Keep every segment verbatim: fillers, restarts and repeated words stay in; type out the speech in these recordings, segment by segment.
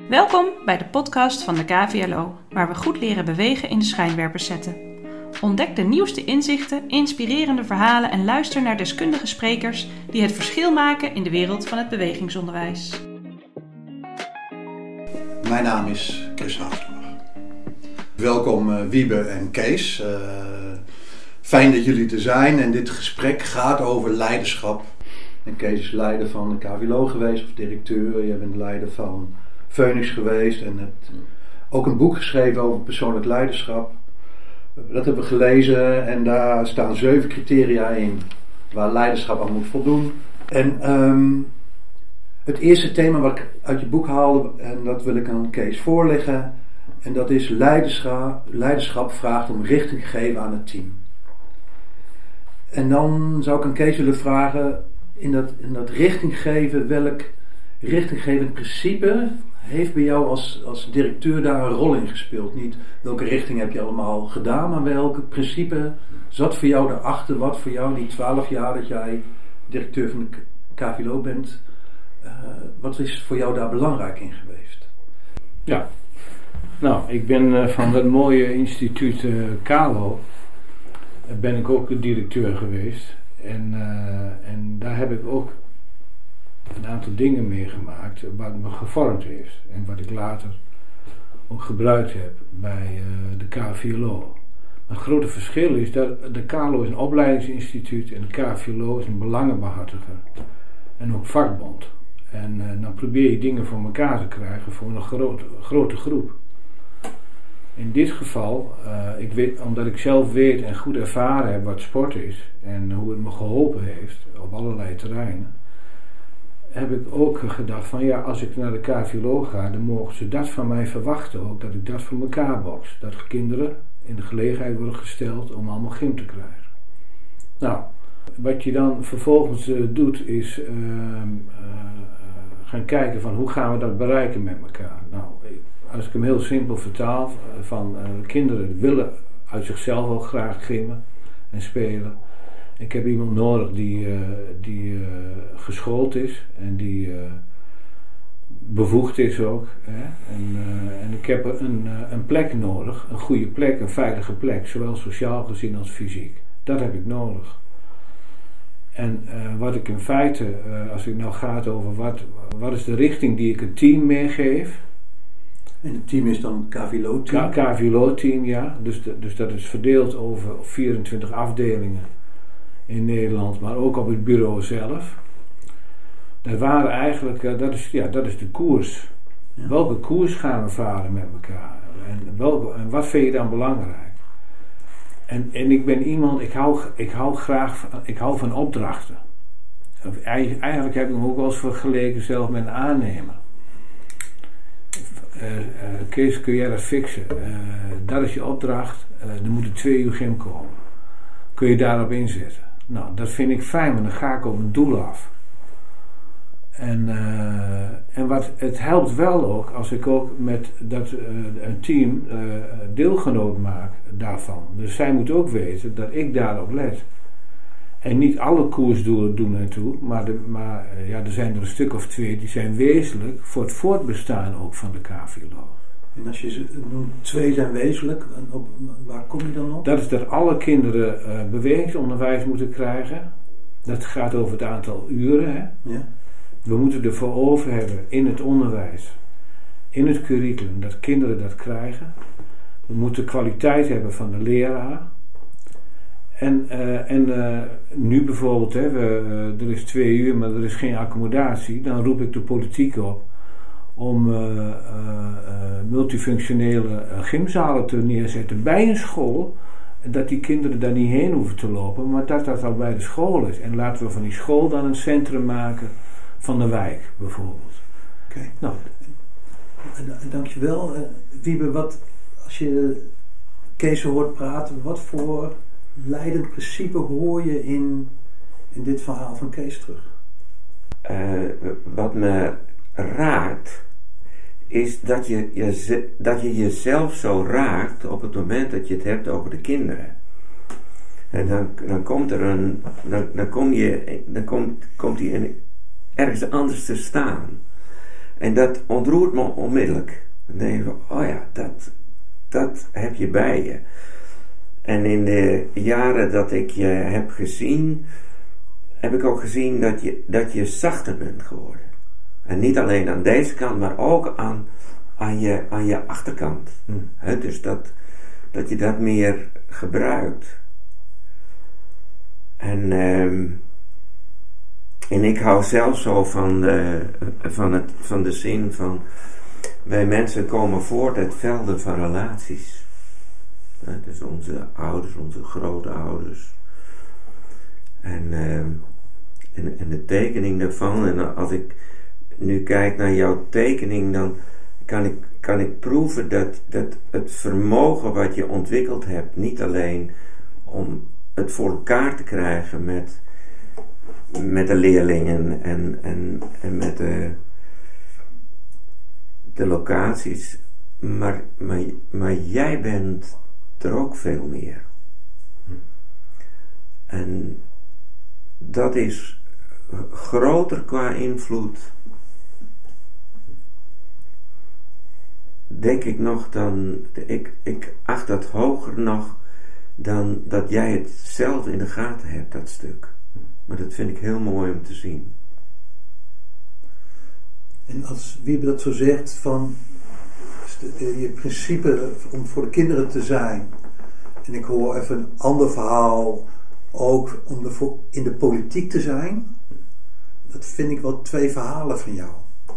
Welkom bij de podcast van de K V L O, waar we goed leren bewegen in de schijnwerpers zetten. Ontdek de nieuwste inzichten, inspirerende verhalen en luister naar deskundige sprekers die het verschil maken in de wereld van het bewegingsonderwijs. Mijn naam is Chris Haasbach. Welkom uh, Wiebe en Kees. Uh, fijn dat jullie er zijn en dit gesprek gaat over leiderschap. En Kees is leider van de K V L O geweest, of directeur. Jij bent leider van Phoenix geweest en hebt ook een boek geschreven over persoonlijk leiderschap. Dat hebben we gelezen en daar staan zeven criteria in waar leiderschap aan moet voldoen. En um, het eerste thema wat ik uit je boek haalde, en dat wil ik aan Kees voorleggen, en dat is leiderschap, leiderschap vraagt om richting geven aan het team. En dan zou ik aan Kees willen vragen, in dat, in dat richting geven, welk richtinggevend principe heeft bij jou als, als directeur daar een rol in gespeeld? Niet welke richting heb je allemaal gedaan, maar welke principe zat voor jou daarachter? Wat voor jou die twaalf jaar dat jij directeur van de K V L O bent, uh, wat is voor jou daar belangrijk in geweest? Ja, nou, ik ben uh, van dat mooie instituut uh, K L O, uh, ben ik ook directeur geweest. En, uh, en daar heb ik ook een aantal dingen meegemaakt wat me gevormd heeft. En wat ik later ook gebruikt heb bij uh, de K V L O. Het grote verschil is dat de K L O is een opleidingsinstituut en de K V L O is een belangenbehartiger. En ook vakbond. En uh, dan probeer je dingen voor elkaar te krijgen voor een grote, grote groep. In dit geval, uh, ik weet, omdat ik zelf weet en goed ervaren heb wat sport is en hoe het me geholpen heeft op allerlei terreinen, heb ik ook gedacht van ja, als ik naar de K V L O ga, dan mogen ze dat van mij verwachten ook, dat ik dat voor elkaar boks. Dat kinderen in de gelegenheid worden gesteld om allemaal gym te krijgen. Nou, wat je dan vervolgens uh, doet is uh, uh, gaan kijken van hoe gaan we dat bereiken met elkaar. Nou, als ik hem heel simpel vertaal, van uh, kinderen willen uit zichzelf ook graag gymmen en spelen. Ik heb iemand nodig die, uh, die uh, geschoold is en die uh, bevoegd is ook. Hè? En, uh, en ik heb een, uh, een plek nodig, een goede plek, een veilige plek, zowel sociaal gezien als fysiek. Dat heb ik nodig. En uh, wat ik in feite, uh, als het nou gaat over wat, wat is de richting die ik het team meegeef. En het team is dan K V L O-team? K V L O-team, ja. Dus, de, dus dat is verdeeld over vierentwintig afdelingen in Nederland, maar ook op het bureau zelf. Dat waren eigenlijk, uh, dat is, ja, dat is de koers. Ja. Welke koers gaan we varen met elkaar? En, welke, en wat vind je dan belangrijk? En, en ik ben iemand, ik hou, ik hou graag van, ik hou van opdrachten. Eigenlijk heb ik hem ook wel eens vergeleken zelf met een aannemer. Uh, uh, Kees, kun jij dat fixen? Uh, dat is je opdracht. Uh, er moeten twee uur gym komen. Kun je daarop inzetten? Nou, dat vind ik fijn, want dan ga ik op een doel af. En, uh, en wat, het helpt wel ook als ik ook met dat uh, een team uh, deelgenoot maak daarvan. Dus zij moet ook weten dat ik daarop let. En niet alle koersdoelen doen naartoe, maar, de, maar ja, er zijn er een stuk of twee die zijn wezenlijk voor het voortbestaan ook van de K V L O. En als je noemt twee zijn wezenlijk, op, waar kom je dan op? Dat is dat alle kinderen uh, bewegingsonderwijs moeten krijgen. Dat gaat over het aantal uren. Hè? Ja. We moeten ervoor over hebben in het onderwijs, in het curriculum, dat kinderen dat krijgen. We moeten kwaliteit hebben van de leraar. En, uh, en uh, nu bijvoorbeeld, hè, we, uh, er is twee uur, maar er is geen accommodatie. Dan roep ik de politiek op om uh, uh, uh, multifunctionele uh, gymzalen te neerzetten bij een school. Dat die kinderen daar niet heen hoeven te lopen, maar dat dat al bij de school is. En laten we van die school dan een centrum maken van de wijk, bijvoorbeeld. Oké. Okay. Nou, dankjewel. Uh, Wiebe, wat, als je Kees hoort praten, wat voor leidend principe hoor je in, in dit verhaal van Kees terug? Uh, wat me raakt is dat je, je, dat je jezelf zo raakt op het moment dat je het hebt over de kinderen. En dan, dan komt er een, dan, dan kom je, dan komt, komt die in, ergens anders te staan. En dat ontroert me onmiddellijk. Dan denk je van, oh ja, dat, dat heb je bij je. En in de jaren dat ik je heb gezien, heb ik ook gezien dat je, dat je zachter bent geworden. En niet alleen aan deze kant, maar ook aan, aan, je, aan je achterkant. Hm. He, dus dat, dat je dat meer gebruikt. En, um, en ik hou zelf zo van de, van, het, van de zin van, wij mensen komen voort uit velden van relaties. He, dus onze ouders, onze grootouders. En, uh, en, en de tekening daarvan. En als ik nu kijk naar jouw tekening, dan kan ik, kan ik proeven dat, dat het vermogen wat je ontwikkeld hebt, niet alleen om het voor elkaar te krijgen met, met de leerlingen en, en, en met de, de locaties, maar, maar, maar jij bent er ook veel meer. En dat is groter qua invloed, denk ik nog, dan ik, ik acht dat hoger nog dan dat jij het zelf in de gaten hebt, dat stuk. Maar dat vind ik heel mooi om te zien. En als Wiebe dat zo zegt, van je principe om voor de kinderen te zijn, en ik hoor even een ander verhaal ook om de, voor, in de politiek te zijn, dat vind ik wel twee verhalen van jou.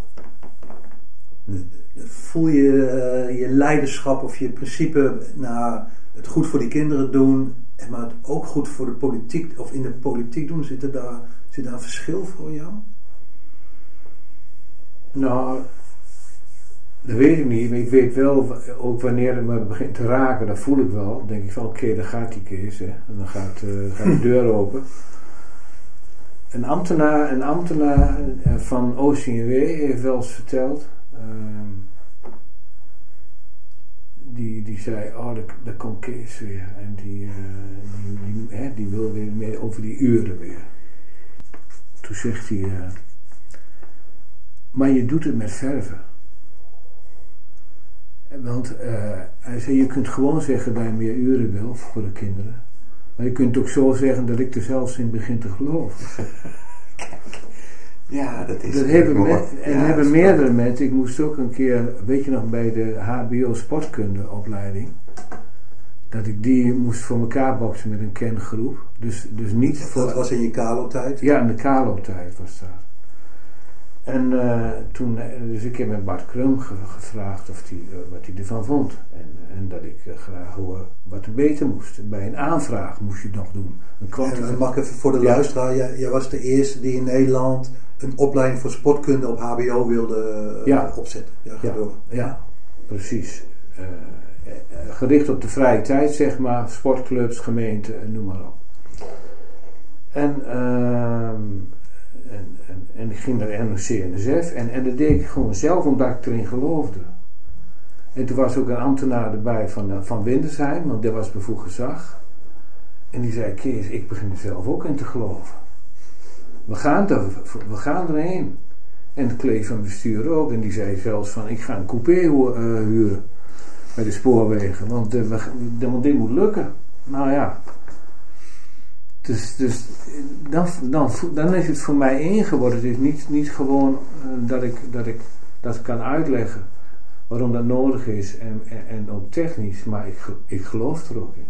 Voel je uh, je leiderschap of je principe naar het goed voor die kinderen doen, en maar het ook goed voor de politiek of in de politiek doen, zit er daar, zit daar een verschil voor jou? Nou, dat weet ik niet, maar ik weet wel, ook wanneer het me begint te raken, dat voel ik wel. Dan denk ik van, oké, okay, daar gaat die Kees, hè. En dan gaat, uh, gaat de deur open. Een ambtenaar, een ambtenaar van O C N W heeft wel eens verteld, uh, die, die zei, oh, daar, daar komt Kees weer. En die, uh, die, die, hè, die wil weer meer over die uren weer. Toen zegt hij, uh, maar je doet het met verven. Want uh, hij zei, je kunt gewoon zeggen dat je meer uren wil voor de kinderen. Maar je kunt ook zo zeggen dat ik er zelfs in begin te geloven. Ja, dat is dat hebben me, En ja, hebben meerdere mensen. Ik moest ook een keer, weet je nog, bij de H B O sportkundeopleiding, dat ik die moest voor elkaar boksen met een kengroep. Dus, dus niet dat voor, was in je Kalo-tijd? Ja, in de Kalo-tijd was dat. En uh, toen, dus ik heb met Bart Krum ge, gevraagd of die, uh, wat hij ervan vond. En, en dat ik uh, graag hoor wat er beter moest. Bij een aanvraag moest je het nog doen. Een kwantum... En mag ik even voor de ja. luisteraar, jij, jij was de eerste die in Nederland een opleiding voor sportkunde op H B O wilde uh, ja. opzetten. Ja, ja, ja, precies. Uh, uh, gericht op de vrije tijd, zeg maar. Sportclubs, gemeenten, noem maar op. En... Uh, En, en, en ik ging naar N O C N S F en, en dat deed ik gewoon zelf omdat ik erin geloofde. En toen was ook een ambtenaar erbij van, uh, van Windersheim, want dat was bevoegd gezag. En die zei, Kees, ik begin er zelf ook in te geloven. We gaan, er, we gaan erheen. En de Kleef van bestuur ook. En die zei zelfs van, ik ga een coupé uh, huren bij de spoorwegen. Want, uh, we, want dit moet lukken. Nou ja... Dus, dus dan, dan, dan is het voor mij ingeworden. Het is niet, niet gewoon uh, dat, ik, dat ik dat kan uitleggen waarom dat nodig is en, en, en ook technisch, maar ik, ik geloof er ook in.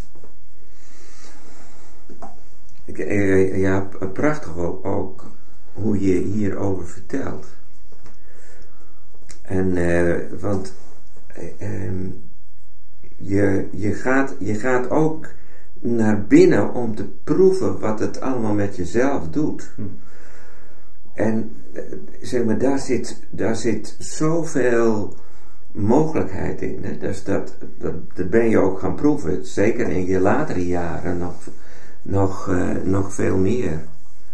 Ik, uh, ja, prachtig ook, ook hoe je hierover vertelt. En uh, want uh, um, je, je, gaat, je gaat ook naar binnen om te proeven wat het allemaal met jezelf doet. Hm. En zeg maar, daar zit, daar zit zoveel mogelijkheid in. Hè? Dus dat, dat, dat ben je ook gaan proeven. Zeker in je latere jaren nog, nog, uh, nog veel meer.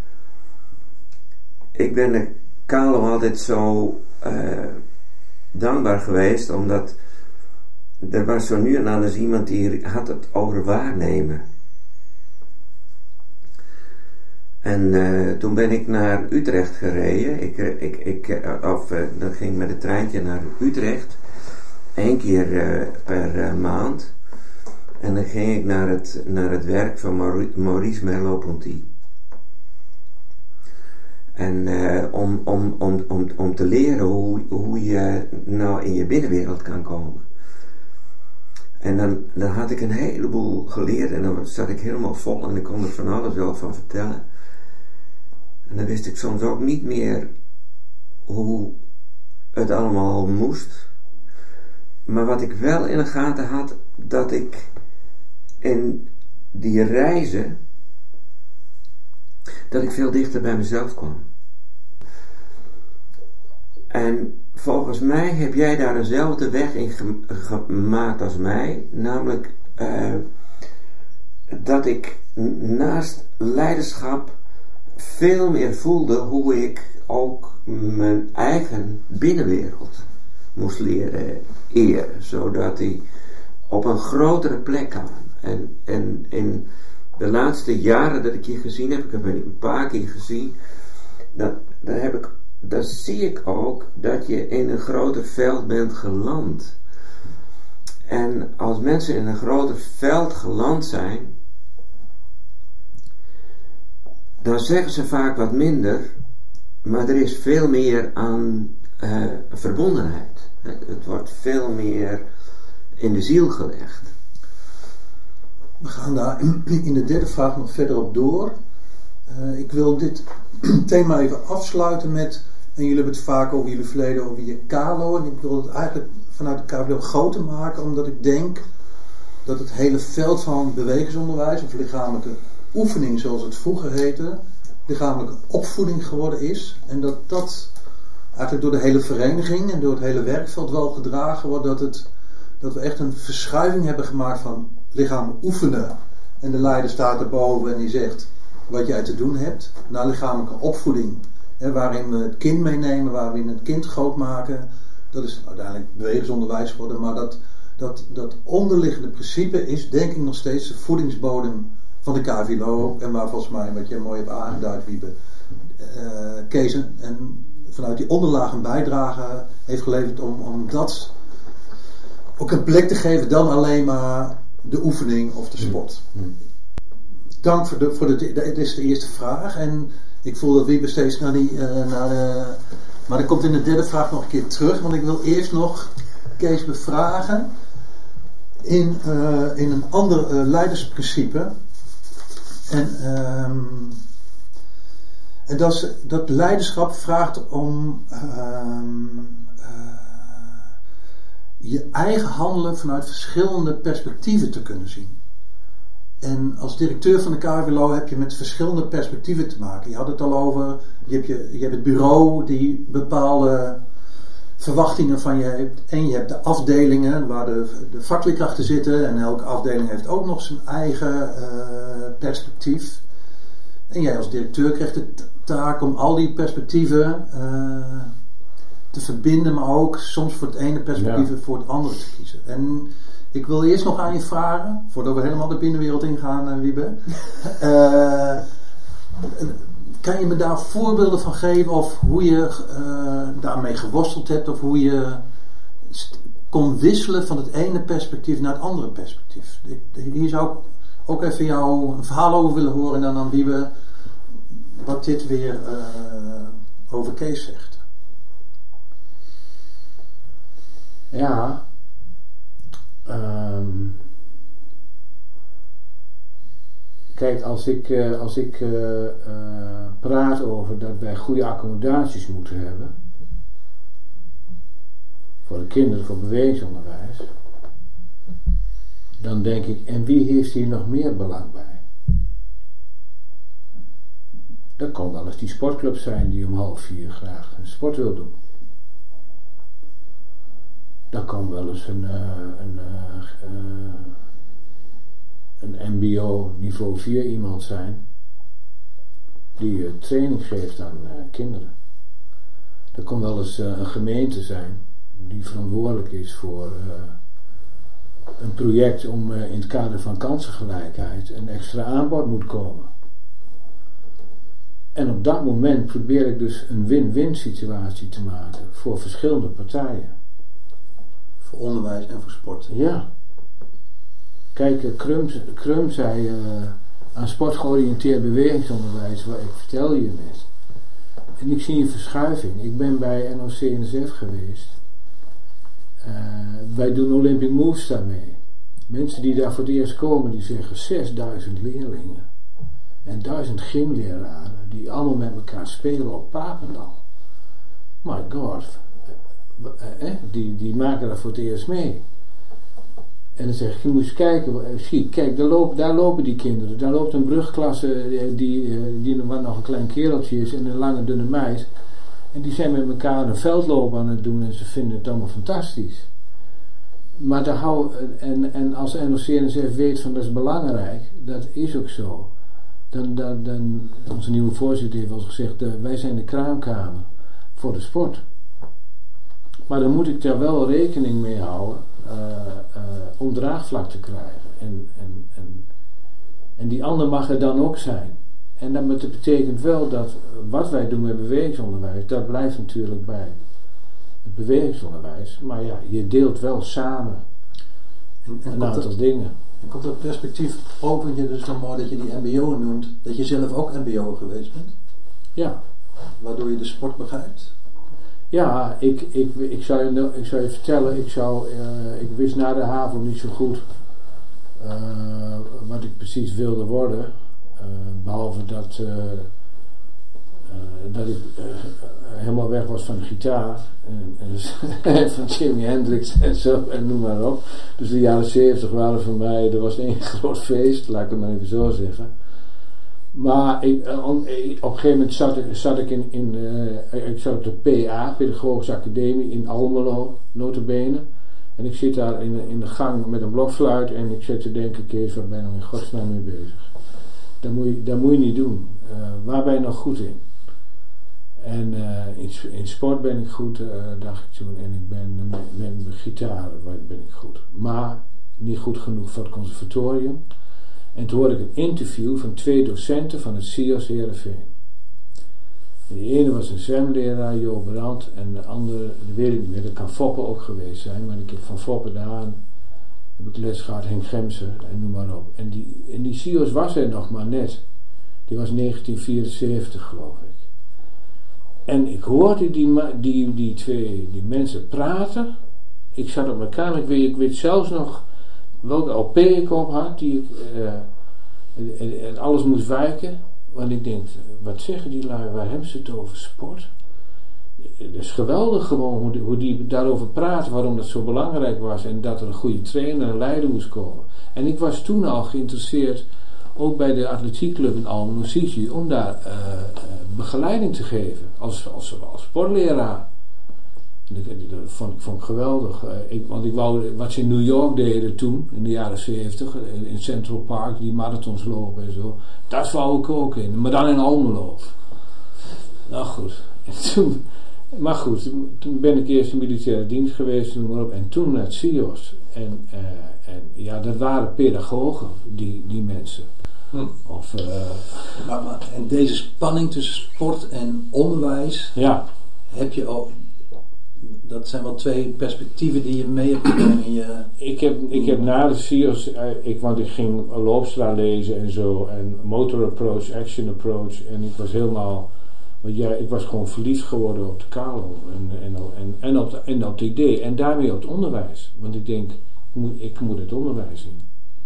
Ik ben de Kalo altijd zo uh, dankbaar geweest, omdat er was zo nu en dan eens iemand die had het over waarnemen. En uh, toen ben ik naar Utrecht gereden. Ik, ik, ik, uh, of, uh, dan ging ik met het treintje naar Utrecht. Eén keer uh, per uh, maand. En dan ging ik naar het, naar het werk van Maurice Merleau-Ponty. En uh, om, om, om, om, om te leren hoe, hoe je nou in je binnenwereld kan komen. En dan, dan had ik een heleboel geleerd en dan zat ik helemaal vol en ik kon er van alles wel van vertellen. En dan wist ik soms ook niet meer hoe het allemaal moest. Maar wat ik wel in de gaten had, dat ik in die reizen, dat ik veel dichter bij mezelf kwam. En volgens mij heb jij daar dezelfde weg in gemaakt als mij. Namelijk uh, dat ik naast leiderschap veel meer voelde hoe ik ook mijn eigen binnenwereld moest leren eren. Zodat die op een grotere plek kwam. En, en in de laatste jaren dat ik je gezien heb, ik heb je een paar keer gezien, dan, dan, heb ik, dan zie ik ook dat je in een groter veld bent geland. En als mensen in een groter veld geland zijn, dan zeggen ze vaak wat minder, maar er is veel meer aan uh, verbondenheid. Het wordt veel meer in de ziel gelegd. We gaan daar in de derde vraag nog verder op door. Uh, ik wil dit thema even afsluiten met, en jullie hebben het vaak over jullie verleden, over je Kalo. En ik wil het eigenlijk vanuit de K V L groter maken, omdat ik denk dat het hele veld van bewegingsonderwijs, of lichamelijke oefening zoals het vroeger heette, lichamelijke opvoeding geworden is. En dat dat eigenlijk door de hele vereniging en door het hele werkveld wel gedragen wordt, dat, het, dat we echt een verschuiving hebben gemaakt van lichamelijk oefenen. En de leider staat erboven en die zegt wat jij te doen hebt. Naar lichamelijke opvoeding. Hè, waarin we het kind meenemen, waarin we het kind groot maken. Dat is uiteindelijk bewegingsonderwijs geworden. Maar dat, dat, dat onderliggende principe is denk ik nog steeds de voedingsbodem van de K V L O. En waar volgens mij, wat jij mooi hebt aangeduid, Wiebe, uh, Kees en vanuit die onderlaag een bijdrage heeft geleverd om, om dat ook een plek te geven dan alleen maar de oefening of de sport. Dank voor de, voor de, dit is de eerste vraag en ik voel dat Wiebe steeds naar die, uh, naar de, maar dat komt in de derde vraag nog een keer terug, want ik wil eerst nog Kees bevragen in, uh, in een ander uh, leidersprincipe en, um, en dat, is, dat leiderschap vraagt om um, je eigen handelen vanuit verschillende perspectieven te kunnen zien. En als directeur van de K V L O heb je met verschillende perspectieven te maken. Je had het al over, je hebt, je, je hebt het bureau die bepaalde verwachtingen van je hebt. En je hebt de afdelingen waar de, de vakleerkrachten zitten. En elke afdeling heeft ook nog zijn eigen uh, perspectief. En jij als directeur krijgt de taak om al die perspectieven Uh, te verbinden, maar ook soms voor het ene perspectief en ja. voor het andere te kiezen. En ik wil eerst nog aan je vragen, voordat we helemaal de binnenwereld ingaan, uh, Wiebe. uh, kan je me daar voorbeelden van geven of hoe je uh, daarmee geworsteld hebt of hoe je st- kon wisselen van het ene perspectief naar het andere perspectief? Ik, hier zou ik ook even jou een verhaal over willen horen en dan aan Wiebe wat dit weer uh, over Kees zegt. Ja, um, kijk, als ik, uh, als ik uh, uh, praat over dat wij goede accommodaties moeten hebben voor de kinderen, voor bewegingsonderwijs, dan denk ik, en wie heeft hier nog meer belang bij? Dat kan wel eens die sportclub zijn die om half vier graag een sport wil doen. Dat kan wel eens een, uh, een, uh, uh, een M B O niveau vier iemand zijn die uh, training geeft aan uh, kinderen. Dat kan wel eens uh, een gemeente zijn die verantwoordelijk is voor uh, een project om uh, in het kader van kansengelijkheid een extra aanbod moet komen. En op dat moment probeer ik dus een win-win situatie te maken voor verschillende partijen. Voor onderwijs en voor sport. Ja. Kijk, Krum, Krum zei uh, aan sportgeoriënteerd bewegingsonderwijs, wat ik vertel je net. En ik zie een verschuiving. Ik ben bij N O C N S F geweest. Uh, wij doen Olympic Moves daarmee. Mensen die daar voor het eerst komen, die zeggen zesduizend leerlingen. En duizend gymleraren, die allemaal met elkaar spelen op Papendal. My god. Eh, die, die maken dat voor het eerst mee. En dan zeg ik, je moet eens kijken, zie, kijk, daar lopen, daar lopen die kinderen. Daar loopt een brugklasse die, die nog een klein kereltje is en een lange dunne meid. En die zijn met elkaar een veldloop aan het doen en ze vinden het allemaal fantastisch. Maar daar hou, en, en als N O C N S F weet van dat is belangrijk, dat is ook zo. Dan, dan, dan, onze nieuwe voorzitter heeft al gezegd, uh, wij zijn de kraamkamer voor de sport. Maar dan moet ik daar wel rekening mee houden uh, uh, om draagvlak te krijgen. En, en, en, en die ander mag er dan ook zijn. En dat betekent wel dat wat wij doen met bewegingsonderwijs, dat blijft natuurlijk bij het bewegingsonderwijs. Maar ja, je deelt wel samen en, en een aantal dat, dingen. En komt dat perspectief ook, want je dus zo mooi dat je die M B O noemt, dat je zelf ook M B O geweest bent? Ja. Waardoor je de sport begrijpt? Ja, ik, ik, ik, zou je, ik zou je vertellen, ik, zou, uh, ik wist na de HAVO niet zo goed uh, wat ik precies wilde worden. Uh, behalve dat, uh, uh, dat ik uh, helemaal weg was van de gitaar en, en van Jimi Hendrix en zo en noem maar op. Dus de jaren zeventig waren voor mij, er was één groot feest, laat ik het maar even zo zeggen. Maar ik, op een gegeven moment zat ik, zat ik in, in uh, ik zat op de P A, Pedagogische Academie in Almelo, nota bene. En ik zit daar in, in de gang met een blokfluit en ik zit te denken, Kees, waar ben je nou in godsnaam mee bezig? Dat moet je, dat moet je niet doen. Uh, waar ben je nog goed in? En uh, in, in sport ben ik goed, uh, dacht ik toen. En ik ben met, met mijn gitaar ben ik goed. Maar niet goed genoeg voor het conservatorium. En toen hoorde ik een interview van twee docenten van het S I O S Heerenveen. De ene was een zwemleraar, Jo Brandt, en de andere, dat weet ik niet meer, dat kan Foppe ook geweest zijn, maar ik heb van Foppe daaraan, heb ik les gehad, Henk Gemser, en noem maar op. En die, en die S I O S was er nog maar net. Die was negentien vierenzeventig, geloof ik. En ik hoorde die, die, die twee die mensen praten. Ik zat op mijn kamer, ik weet, ik weet zelfs nog welke L P ik op had, die ik, uh, en, en alles moest wijken, want ik denk, wat zeggen die lui, waar hebben ze het over sport? Het is geweldig gewoon hoe die, hoe die daarover praten, waarom dat zo belangrijk was en dat er een goede trainer en leider moest komen. En ik was toen al geïnteresseerd, ook bij de atletiekclub in Almelo Sisi, om daar uh, begeleiding te geven, als, als, als sportleraar. Dat vond ik, vond ik geweldig. Ik, want ik wou, wat ze in New York deden toen, in de jaren zeventig, in Central Park, die marathons lopen en zo, dat wou ik ook in. Maar dan in Almelo. Nou goed. En toen, maar goed, toen ben ik eerst in militaire dienst geweest, noem maar op, en toen naar het S I O S. En, uh, en ja, dat waren pedagogen, die, die mensen. Hm. Of, uh, maar, maar, en deze spanning tussen sport en onderwijs, ja. Heb je ook. Dat zijn wel twee perspectieven die je mee hebt genomen in je... Ik heb, ik heb na de S I O S, ik, want ik ging Loopstra lezen en zo, en motor approach, action approach, en ik was helemaal, want ja, ik was gewoon verliefd geworden op de Kalo en, en, en, en, op de, en op het idee, en daarmee op het onderwijs. Want ik denk, ik moet, ik moet het onderwijs in.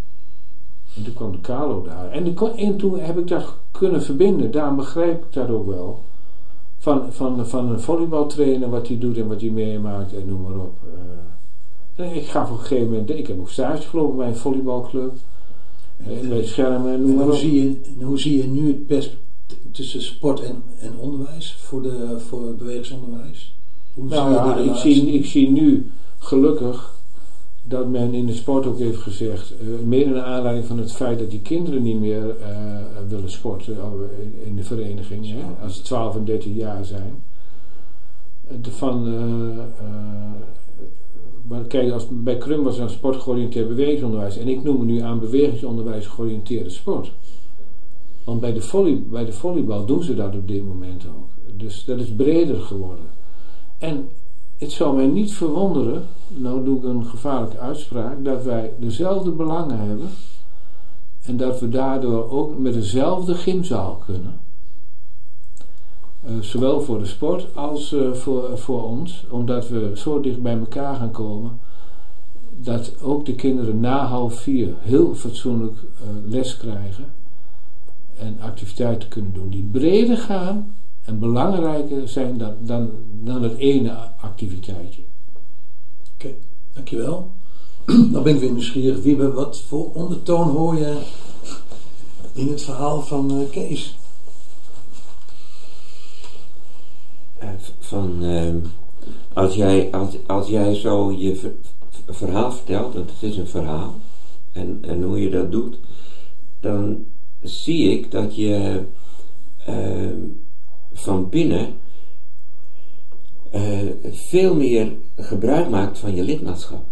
En toen kwam de Kalo daar. En, de, en toen heb ik dat kunnen verbinden, daarom begrijp ik dat ook wel. Van, van, van een volleybaltrainer, wat hij doet en wat hij meemaakt en noem maar op. Uh, ik ga op een gegeven moment, ik heb ook stage gelopen bij een volleybalclub. Uh, bij schermen en noem maar hoe op. Zie je, hoe zie je nu het perspectief tussen sport en, en onderwijs, voor, de, voor het bewegingsonderwijs? Hoe nou zie ja, je ik zie, ik zie nu gelukkig dat men in de sport ook heeft gezegd, uh, mede naar aanleiding van het feit dat die kinderen niet meer uh, willen sporten uh, in de vereniging, hè, als ze twaalf en dertien jaar zijn. Uh, van, uh, uh, maar kijk, als, bij Krum was er een sportgeoriënteerd bewegingsonderwijs en ik noem het nu aan bewegingsonderwijs georiënteerde sport. Want bij de, volley, bij de volleybal doen ze dat op dit moment ook. Dus dat is breder geworden. En het zou mij niet verwonderen, nou doe ik een gevaarlijke uitspraak, dat wij dezelfde belangen hebben en dat we daardoor ook met dezelfde gymzaal kunnen. Uh, zowel voor de sport als uh, voor, voor ons, omdat we zo dicht bij elkaar gaan komen, dat ook de kinderen na half vier heel fatsoenlijk uh, les krijgen en activiteiten kunnen doen die breder gaan en belangrijker zijn dan, dan, dan het ene activiteitje. Oké, okay, dankjewel. Dan ben ik weer nieuwsgierig. Wiebe, wat voor ondertoon hoor je in het verhaal van uh, Kees? Uh, van, uh, als, jij, als, als jij zo je ver, verhaal vertelt, want het is een verhaal, en, en hoe je dat doet, dan zie ik dat je uh, van binnen uh, veel meer gebruik maakt van je lidmaatschap.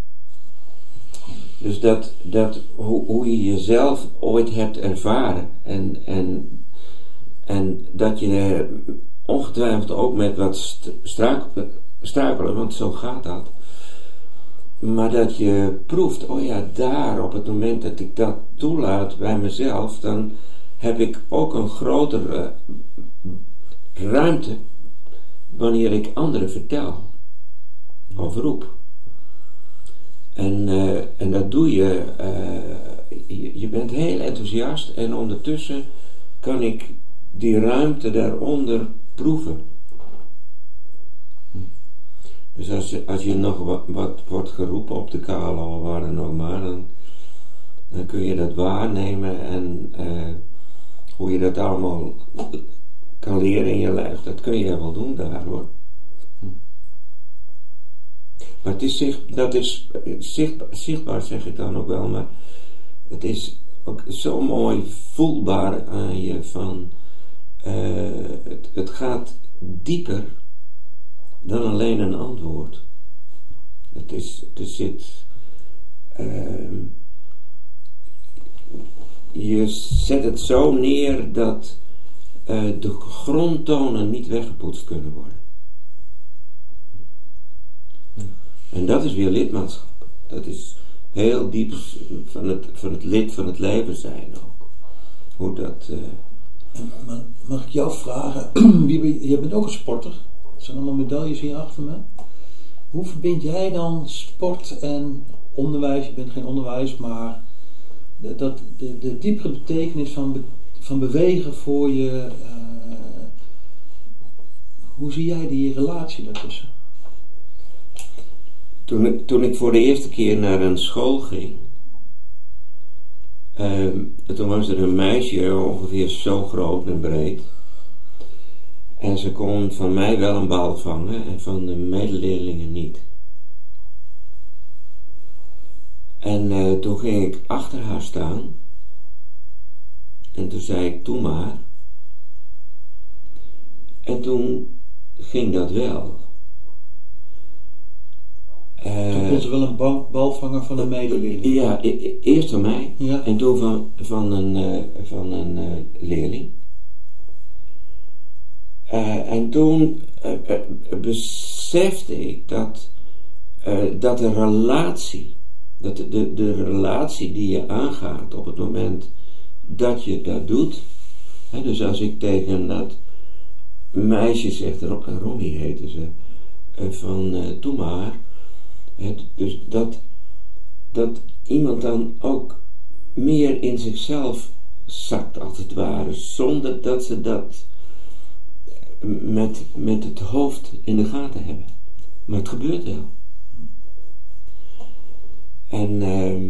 Dus dat, dat hoe, hoe je jezelf ooit hebt ervaren en, en, en dat je ongetwijfeld ook met wat struikelen, struikelen, want zo gaat dat. Maar dat je proeft, oh ja, daar op het moment dat ik dat toelaat bij mezelf, dan heb ik ook een grotere ruimte wanneer ik anderen vertel of roep. En, uh, en dat doe je, uh, je, je bent heel enthousiast en ondertussen kan ik die ruimte daaronder proeven. Dus als, als je nog wat, wat wordt geroepen op de kalo of waar dan ook maar, dan, dan kun je dat waarnemen en uh, hoe je dat allemaal kan leren in je lijf, dat kun je wel doen daar hoor. Maar het is zicht, dat is zichtbaar, zichtbaar zeg ik dan ook wel, maar het is ook zo mooi voelbaar aan je van uh, het, het gaat dieper dan alleen een antwoord. Het is, er zit uh, je zet het zo neer dat uh, de grondtonen niet weggepoetst kunnen worden. En dat is weer lidmaatschap. Dat is heel diep van het, van het lid van het leven zijn ook. Hoe dat... Uh... En, maar mag ik jou vragen, jij bent ook een sporter. Er zijn allemaal medailles hier achter me. Hoe verbind jij dan sport en onderwijs? Je bent geen onderwijs, maar de, dat, de, de diepere betekenis van, be, van bewegen voor je... Uh, hoe zie jij die relatie daartussen? Toen ik, toen ik voor de eerste keer naar een school ging, uh, toen was er een meisje ongeveer zo groot en breed. En ze kon van mij wel een bal vangen en van de medeleerlingen niet. En uh, toen ging ik achter haar staan. En toen zei ik, doe maar. En toen ging dat wel. Uh, toen kon ze wel een bal, bal vangen van een medeleerling? Ja, e- eerst van mij. Ja. En toen van, van een, uh, van een uh, leerling. Uh, en toen uh, uh, besefte ik dat, uh, dat de relatie, dat de, de, de relatie die je aangaat op het moment dat je dat doet, hè, dus als ik tegen dat meisje zeg, Ronnie heette ze, uh, van uh, doe maar, hè, dus dat, dat iemand dan ook meer in zichzelf zakt als het ware, zonder dat ze dat met, met het hoofd in de gaten hebben. Maar het gebeurt wel. En uh,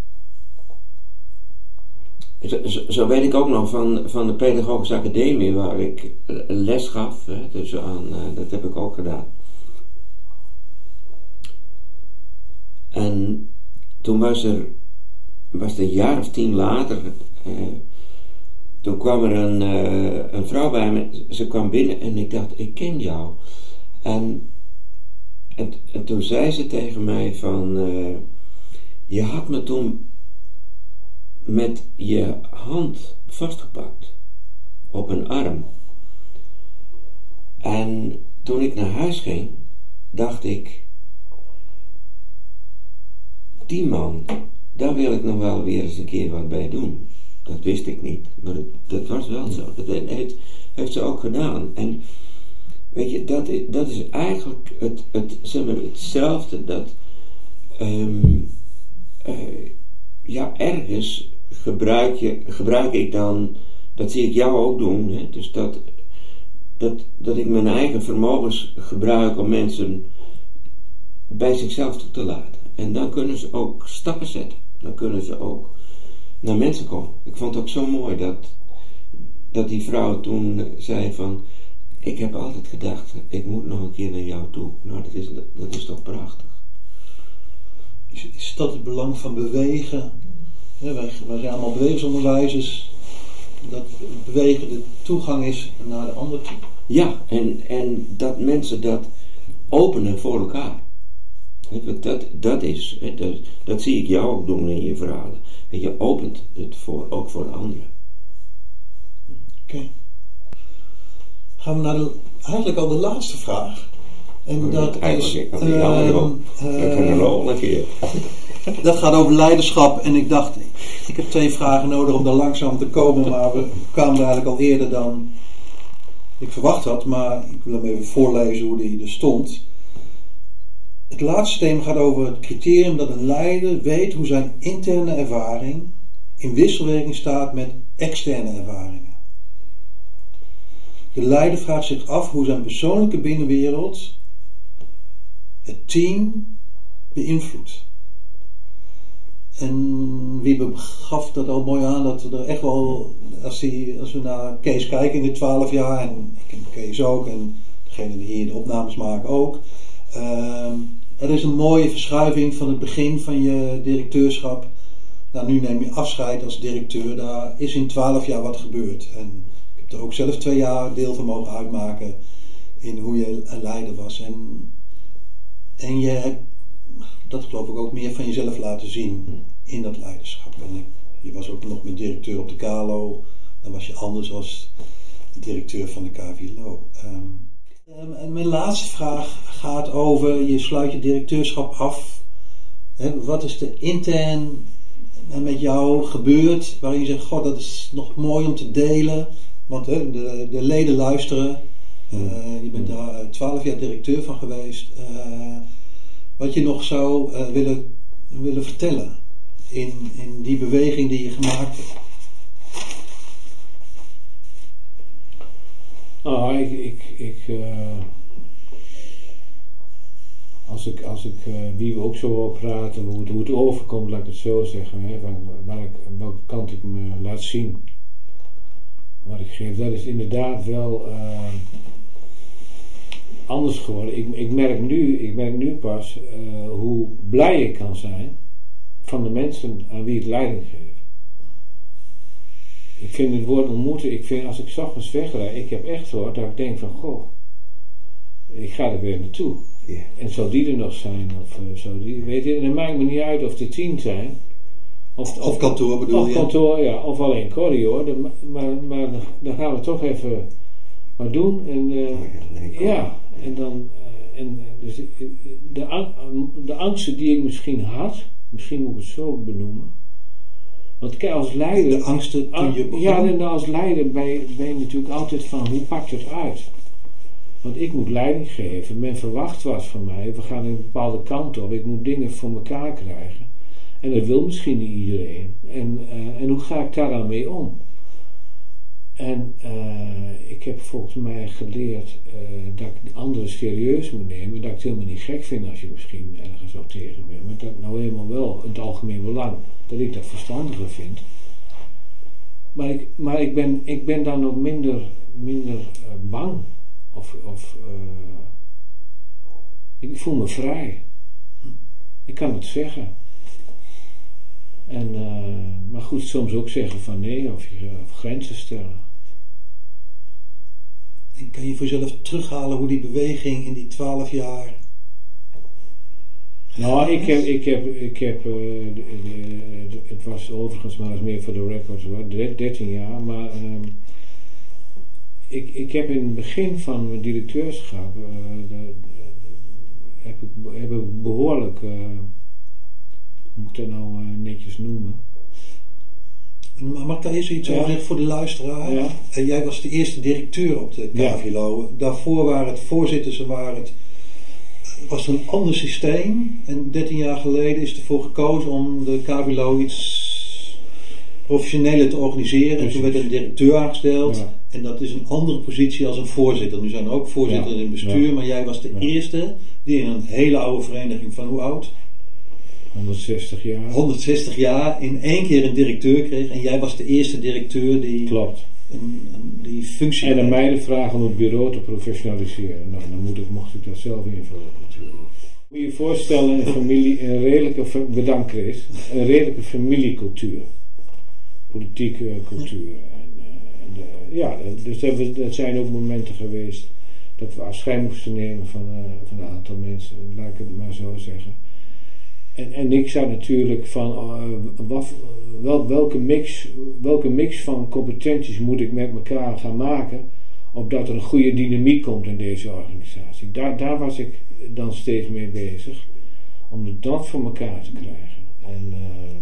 zo, zo weet ik ook nog van, van de Pedagogische Academie waar ik les gaf, hè, dus aan, uh, dat heb ik ook gedaan. En toen was er, was het een jaar of tien later, uh, toen kwam er een, uh, een vrouw bij me, ze kwam binnen en ik dacht, ik ken jou. En, en, en toen zei ze tegen mij van, uh, je had me toen met je hand vastgepakt op een arm. En toen ik naar huis ging, dacht ik, die man, daar wil ik nog wel weer eens een keer wat bij doen. Dat wist ik niet, maar dat, dat was wel zo. Dat heeft, heeft ze ook gedaan. En weet je, dat is, dat is eigenlijk het, het, zeg maar, hetzelfde. Dat, um, uh, ja, ergens gebruik, je, gebruik ik dan, dat zie ik jou ook doen. Hè? Dus dat, dat, dat ik mijn eigen vermogens gebruik om mensen bij zichzelf toe te laten. En dan kunnen ze ook stappen zetten. Dan kunnen ze ook naar mensen komen. Ik vond het ook zo mooi dat, dat die vrouw toen zei van, ik heb altijd gedacht, ik moet nog een keer naar jou toe. Nou, dat is, dat is toch prachtig. Is, is dat het belang van bewegen? Ja, wij, wij zijn allemaal bewegingsonderwijzers. Dat bewegen de toegang is naar de ander toe. Ja, en, en dat mensen dat openen voor elkaar. Dat, dat is, dat, dat zie ik jou ook doen in je verhalen. En je opent het voor, ook voor anderen. Oké. Okay. Gaan we naar de, eigenlijk al de laatste vraag. En oh, dat is... Ik uh, uh, een keer. Dat gaat over leiderschap. En ik dacht, ik heb twee vragen nodig om daar langzaam te komen. Maar we kwamen er eigenlijk al eerder dan ik verwacht had. Maar ik wil hem even voorlezen hoe die er stond. Het laatste thema gaat over het criterium dat een leider weet hoe zijn interne ervaring in wisselwerking staat met externe ervaringen. De leider vraagt zich af hoe zijn persoonlijke binnenwereld het team beïnvloedt. En Wiebe gaf dat al mooi aan, dat er echt wel, als, die, als we naar Kees kijken in de twaalf jaar, en ik ken Kees ook, en degene die hier de opnames maken ook, uh, er is een mooie verschuiving van het begin van je directeurschap. Nou, nu neem je afscheid als directeur. Daar is in twaalf jaar wat gebeurd. En ik heb er ook zelf twee jaar deel van mogen uitmaken in hoe je een leider was. En, en je hebt, dat geloof ik, ook meer van jezelf laten zien in dat leiderschap. En ik, je was ook nog met directeur op de Kalo. Dan was je anders als directeur van de K V L O. Um, En mijn laatste vraag gaat over, je sluit je directeurschap af. Hè, wat is er intern met jou gebeurd, waarin je zegt, god, dat is nog mooi om te delen. Want hè, de, de leden luisteren. Uh, je bent daar twaalf jaar directeur van geweest. Uh, wat je nog zou uh, willen, willen vertellen in, in die beweging die je gemaakt hebt. Nou, ik, ik, ik uh, als ik, als ik uh, wie we ook zo wil praten, hoe het, hoe het overkomt, laat ik het zo zeggen, hè, waar, waar ik, welke kant ik me laat zien, wat ik geef, dat is inderdaad wel uh, anders geworden. Ik, ik, merk nu, ik merk nu pas uh, hoe blij ik kan zijn van de mensen aan wie ik leiding geef. Ik vind het woord ontmoeten, ik vind als ik 's ochtends wegrijd, ik heb echt hoor, dat ik denk van, goh, ik ga er weer naartoe. Yeah. En zou die er nog zijn, of uh, zou die, weet je, en het maakt me niet uit of er tien zijn. Of, of, of kantoor bedoel of je? Of kantoor, ja, of alleen Corrie hoor, de, maar, maar dan gaan we toch even wat doen. En uh, oh, ja, ja, en dan, uh, en, dus de, de angsten die ik misschien had, misschien moet ik het zo benoemen. Want kijk, als leider... De angsten toen je begon? Ja, en als leider ben je, ben je natuurlijk altijd van, hoe pak je het uit? Want ik moet leiding geven. Men verwacht wat van mij. We gaan een bepaalde kant op. Ik moet dingen voor elkaar krijgen. En dat wil misschien niet iedereen. En, uh, en hoe ga ik daar dan mee om? En uh, ik heb volgens mij geleerd uh, dat ik anderen serieus moet nemen. Dat ik het helemaal niet gek vind als je misschien ergens ook tegen bent. Maar dat nou eenmaal wel het algemeen belang. Dat ik dat verstandiger vind. Maar ik, maar ik, ben, ik ben dan ook minder, minder uh, bang. Of, of uh, ik voel me vrij. Ik kan het zeggen. En, uh, maar goed, soms ook zeggen van nee, of, je, of grenzen stellen. En kan je voor jezelf terughalen hoe die beweging in die twaalf jaar Nou, ik heb, ik heb, ik heb uh, de, de, de, het was overigens maar eens meer voor de records hoor, dertien jaar, maar uh, ik, ik heb in het begin van mijn directeurschap, uh, de, de, heb, ik, heb ik behoorlijk, uh, hoe moet ik dat nou uh, netjes noemen? Mag ik daar eerst iets over ja. zeggen voor de luisteraar? Ja. Uh, jij was de eerste directeur op de K V L O. Ja. Daarvoor waren het voorzitters en waren het... was er een ander systeem en dertien jaar geleden is ervoor gekozen om de K V L O iets professioneler te organiseren. En toen werd een directeur aangesteld ja. en dat is een andere positie als een voorzitter. Nu zijn er ook voorzitter ja. in het bestuur, ja. maar jij was de ja. eerste die in een hele oude vereniging van hoe oud? honderdzestig jaar. honderdzestig jaar in één keer een directeur kreeg en jij was de eerste directeur die... Klopt. Een, een, die functie... En aan mij de vraag om het bureau te professionaliseren. Nou, dan moet ik, mocht ik dat zelf invullen natuurlijk. Moet je je voorstellen, een familie, een redelijke, bedankt Chris, een redelijke familiecultuur. Politieke cultuur. En, uh, de, ja, dus dat, dat zijn ook momenten geweest dat we afscheid moesten nemen van, uh, van een aantal mensen, laat ik het maar zo zeggen. En, en ik zou natuurlijk van uh, wat, wel, welke, mix, welke mix van competenties moet ik met elkaar gaan maken, opdat er een goede dynamiek komt in deze organisatie. Daar, daar was ik dan steeds mee bezig, om dat voor elkaar te krijgen. En uh,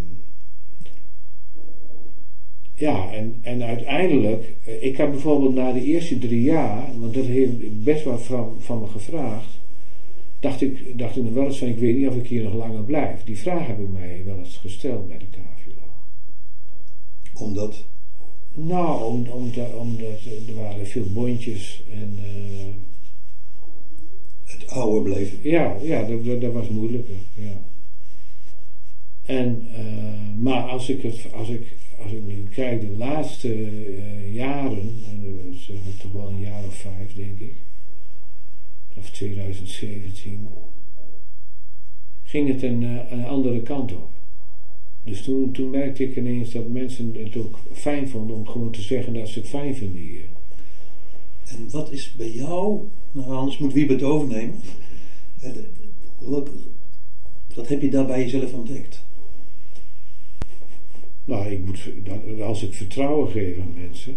ja, en, en uiteindelijk, ik heb bijvoorbeeld na de eerste drie jaar, want dat heeft best wel van, van me gevraagd, dacht ik, dacht ik wel eens van, ik weet niet of ik hier nog langer blijf. Die vraag heb ik mij wel eens gesteld bij de K V L O. Omdat? Nou, om, omdat, omdat er waren veel bondjes en... Uh, het oude bleef. Ja, ja dat, dat, dat was moeilijker, ja. En, uh, maar als ik, het, als, ik, als ik nu kijk, de laatste uh, jaren, en zeg maar toch wel een jaar of vijf, denk ik, vanaf twintig zeventien, ging het een, een andere kant op. Dus toen, toen merkte ik ineens dat mensen het ook fijn vonden om gewoon te zeggen dat ze het fijn vinden hier. En wat is bij jou, nou anders moet Wiebe het overnemen, wat, wat heb je daar bij jezelf ontdekt? Nou, ik moet, als ik vertrouwen geef aan mensen...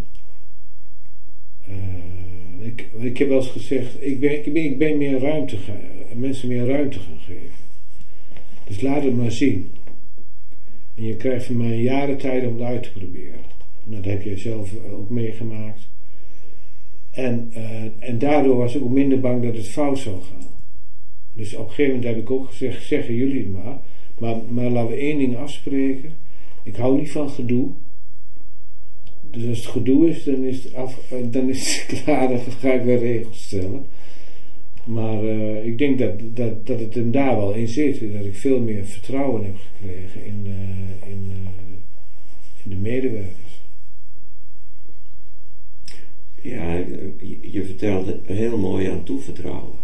Uh, ik, ik heb wel eens gezegd, ik ben, ik ben, ik ben meer ruimte gaan, mensen meer ruimte gaan geven. Dus laat het maar zien. En je krijgt van mij een jaren tijd om het uit te proberen. Nou, dat heb je zelf ook meegemaakt. En, uh, en daardoor was ik ook minder bang dat het fout zou gaan. Dus op een gegeven moment heb ik ook gezegd, zeggen jullie het maar. Maar, maar laten we één ding afspreken. Ik hou niet van gedoe. Dus als het gedoe is, dan is het, af, dan is het klaar, dan ga ik weer regels stellen. Maar uh, ik denk dat, dat, dat het hem daar wel in zit. Dat ik veel meer vertrouwen heb gekregen in, uh, in, uh, in de medewerkers. Ja, je, je vertelde heel mooi aan toevertrouwen.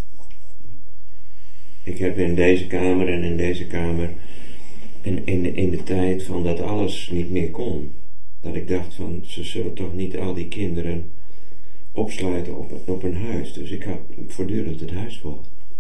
Ik heb in deze kamer en in deze kamer, in, in, in de tijd van dat alles niet meer kon, dat ik dacht van, ze zullen toch niet al die kinderen opsluiten op, op een huis. Dus ik had voortdurend het huis vol.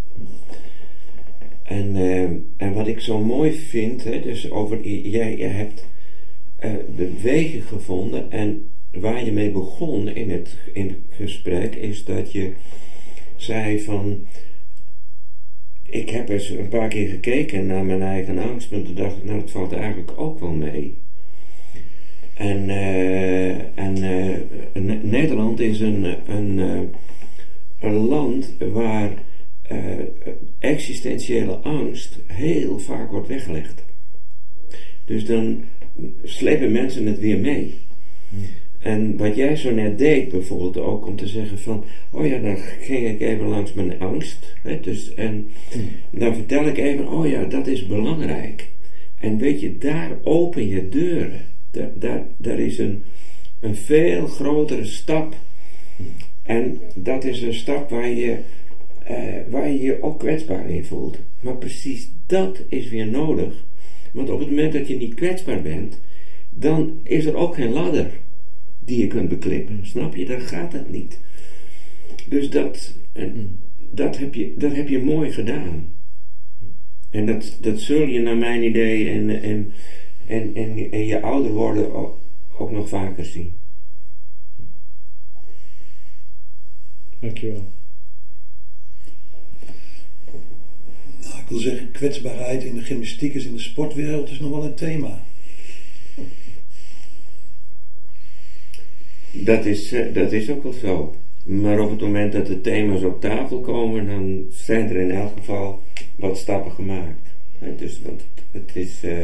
En, uh, en wat ik zo mooi vind, hè, dus over, jij, jij hebt uh, de wegen gevonden en waar je mee begon in het, in het gesprek is dat je zei van, ik heb eens een paar keer gekeken naar mijn eigen angst en toen dacht ik, nou dat valt eigenlijk ook wel mee. En, uh, en uh, Nederland is een, een, uh, een land waar uh, existentiële angst heel vaak wordt weggelegd. Dus dan slepen mensen het weer mee. Hmm. En wat jij zo net deed bijvoorbeeld ook om te zeggen van, oh ja, dan ging ik even langs mijn angst. Hè, dus, en hmm. dan vertel ik even, oh ja, dat is belangrijk. En weet je, daar open je deuren. Daar, daar, daar is een, een veel grotere stap. En dat is een stap waar je, uh, waar je je ook kwetsbaar in voelt. Maar precies dat is weer nodig. Want op het moment dat je niet kwetsbaar bent, dan is er ook geen ladder die je kunt beklimmen. Snap je? Dan gaat dat niet. Dus dat, en, dat, heb je, dat heb je mooi gedaan. En dat, dat zul je naar mijn idee en, en, en, en, en je ouder worden ook, ook nog vaker zien. Dankjewel. Nou, ik wil zeggen, kwetsbaarheid in de gymnastiek is in de sportwereld is nog wel een thema. Dat is, dat is ook wel zo. Maar op het moment dat de thema's op tafel komen, dan zijn er in elk geval wat stappen gemaakt. Dus want het is, uh,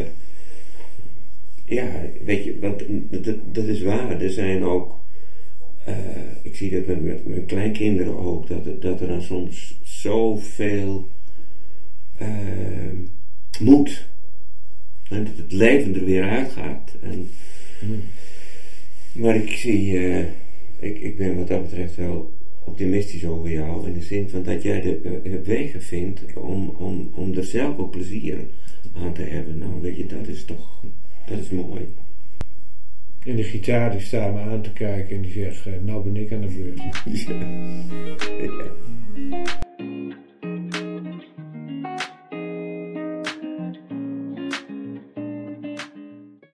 ja, weet je, want dat, dat is waar. Er zijn ook, uh, ik zie dat met, met mijn kleinkinderen ook, dat, dat er dan soms zoveel uh, moet. En dat het leven er weer uitgaat. En, mm. Maar ik zie, uh, ik, ik ben wat dat betreft wel optimistisch over jou, in de zin van dat jij de uh, wegen vindt om, om, om er zelf ook plezier aan te hebben. Nou, weet je, dat is toch, dat is mooi. En de gitaar die staat me aan te kijken en die zegt, uh, nou ben ik aan de beurt. Ja. Ja.